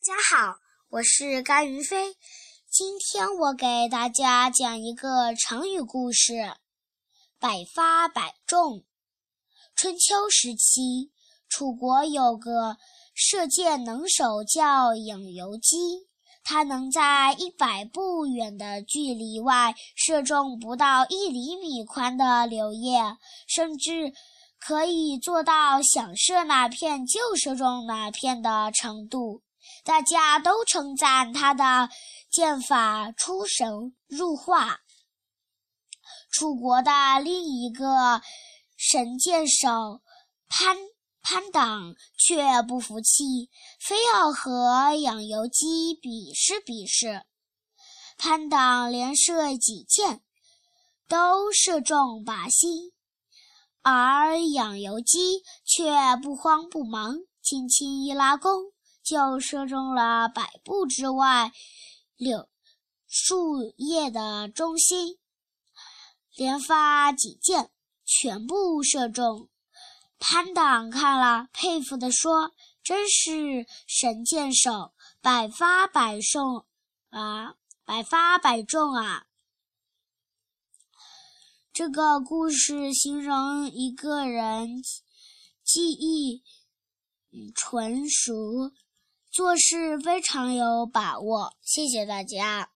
大家好，我是甘云飞。今天我给大家讲一个成语故事，百发百中。春秋时期，楚国有个射箭能手叫养由基，他能在100步远的距离外射中不到1厘米宽的柳叶，甚至可以做到想射哪片就射中哪片的程度。大家都称赞他的箭法出神入化。楚国的另一个神箭手潘党却不服气，非要和养由基比试。潘党连射几箭都射中靶心，而养由基却不慌不忙，轻轻一拉弓，就射中了100步之外树叶的中心，连发几箭，全部射中。潘党看了，佩服地说：“真是神箭手，百发百中啊！”这个故事形容一个人技艺纯熟，做事非常有把握。谢谢大家。